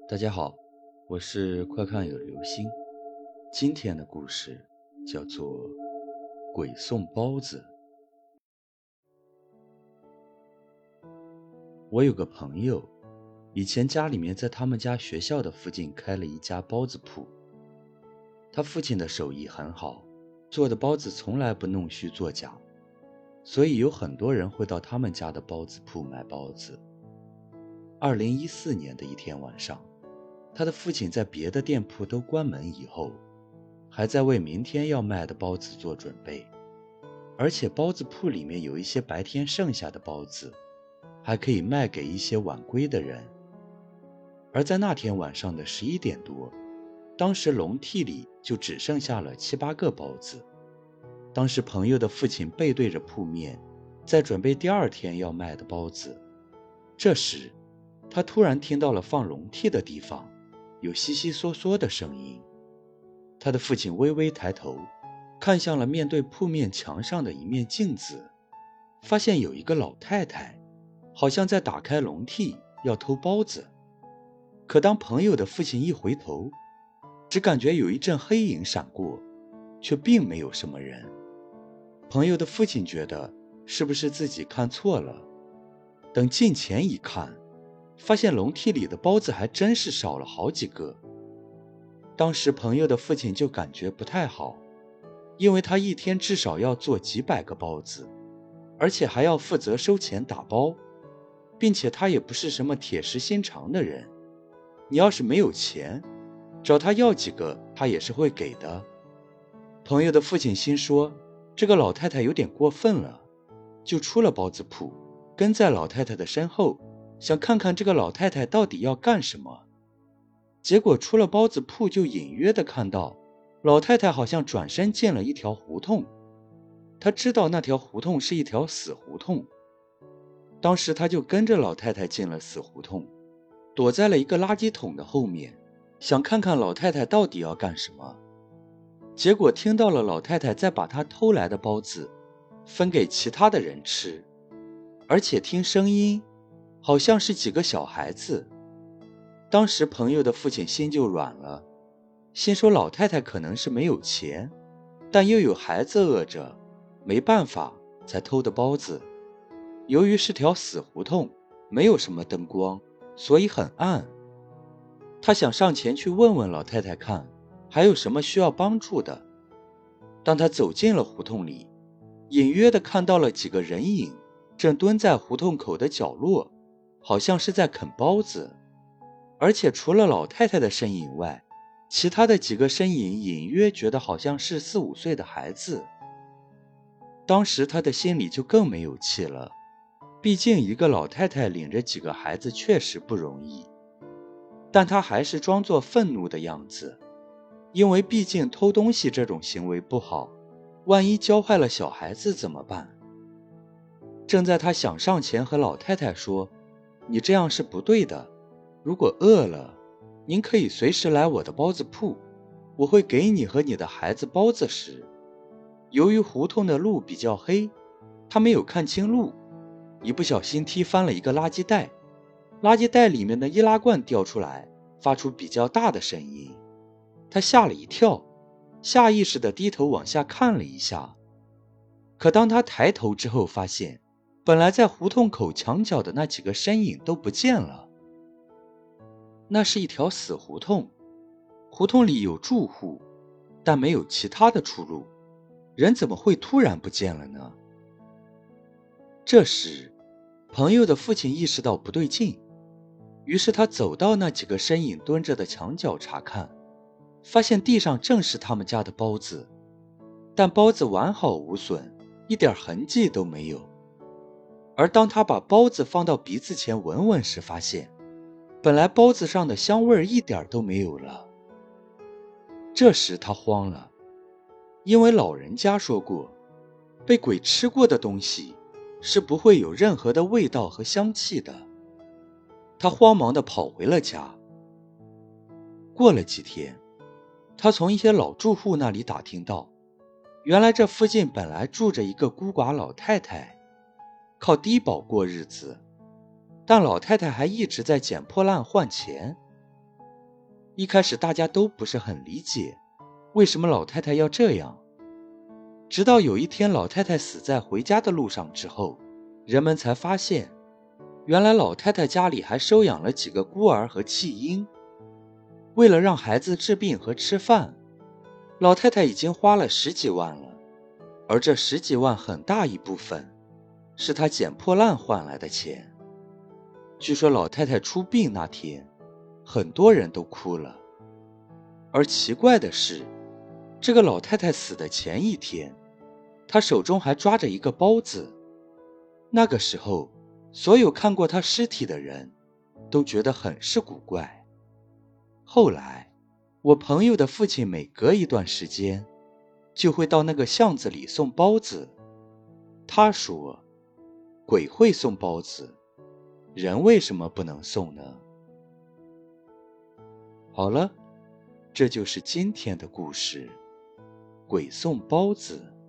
大家好，我是快看有流星。今天的故事叫做《鬼送包子》。我有个朋友，以前家里面在他们家学校的附近开了一家包子铺。他父亲的手艺很好，做的包子从来不弄虚作假，所以有很多人会到他们家的包子铺买包子。2014年的一天晚上，他的父亲在别的店铺都关门以后，还在为明天要卖的包子做准备，而且包子铺里面有一些白天剩下的包子，还可以卖给一些晚归的人。而在那天晚上的11点多，当时笼屉里就只剩下了7、8个包子。当时朋友的父亲背对着铺面，在准备第二天要卖的包子。这时他突然听到了放笼屉的地方有悉悉嗦嗦的声音。他的父亲微微抬头，看向了面对铺面墙上的一面镜子，发现有一个老太太好像在打开笼屉要偷包子。可当朋友的父亲一回头，只感觉有一阵黑影闪过，却并没有什么人。朋友的父亲觉得是不是自己看错了，等近前一看，发现笼屉里的包子还真是少了好几个。当时朋友的父亲就感觉不太好，因为他一天至少要做几百个包子，而且还要负责收钱打包，并且他也不是什么铁石心肠的人，你要是没有钱，找他要几个他也是会给的。朋友的父亲心说，这个老太太有点过分了，就出了包子铺，跟在老太太的身后，想看看这个老太太到底要干什么。结果出了包子铺，就隐约地看到老太太好像转身进了一条胡同。他知道那条胡同是一条死胡同，当时他就跟着老太太进了死胡同，躲在了一个垃圾桶的后面，想看看老太太到底要干什么。结果听到了老太太在把她偷来的包子分给其他的人吃，而且听声音好像是几个小孩子。当时朋友的父亲心就软了，心说老太太可能是没有钱，但又有孩子饿着，没办法才偷的包子。由于是条死胡同，没有什么灯光，所以很暗。他想上前去问问老太太看还有什么需要帮助的。当他走进了胡同里，隐约地看到了几个人影正蹲在胡同口的角落，好像是在啃包子。而且除了老太太的身影外，其他的几个身影隐约觉得好像是4、5岁的孩子。当时他的心里就更没有气了，毕竟一个老太太领着几个孩子确实不容易。但他还是装作愤怒的样子，因为毕竟偷东西这种行为不好，万一教坏了小孩子怎么办？正在他想上前和老太太说，你这样是不对的，如果饿了，您可以随时来我的包子铺，我会给你和你的孩子包子时，由于胡同的路比较黑，他没有看清路，一不小心踢翻了一个垃圾袋，垃圾袋里面的易拉罐掉出来，发出比较大的声音。他吓了一跳，下意识地低头往下看了一下。可当他抬头之后，发现本来在胡同口墙角的那几个身影都不见了。那是一条死胡同，胡同里有住户，但没有其他的出路，人怎么会突然不见了呢？这时朋友的父亲意识到不对劲，于是他走到那几个身影蹲着的墙角查看，发现地上正是他们家的包子，但包子完好无损，一点痕迹都没有。而当他把包子放到鼻子前闻闻时，发现本来包子上的香味一点都没有了。这时他慌了，因为老人家说过，被鬼吃过的东西是不会有任何的味道和香气的。他慌忙地跑回了家。过了几天，他从一些老住户那里打听到，原来这附近本来住着一个孤寡老太太，靠低保过日子，但老太太还一直在捡破烂换钱。 一开始大家都不是很理解，为什么老太太要这样。直到有一天老太太死在回家的路上之后，人们才发现，原来老太太家里还收养了几个孤儿和弃婴。为了让孩子治病和吃饭，老太太已经花了10几万了，而这10几万很大一部分是她捡破烂换来的钱。据说老太太出殡那天，很多人都哭了。而奇怪的是，这个老太太死的前一天，她手中还抓着一个包子。那个时候，所有看过她尸体的人都觉得很是古怪。后来，我朋友的父亲每隔一段时间就会到那个巷子里送包子。他说，鬼会送包子，人为什么不能送呢？好了，这就是今天的故事，鬼送包子。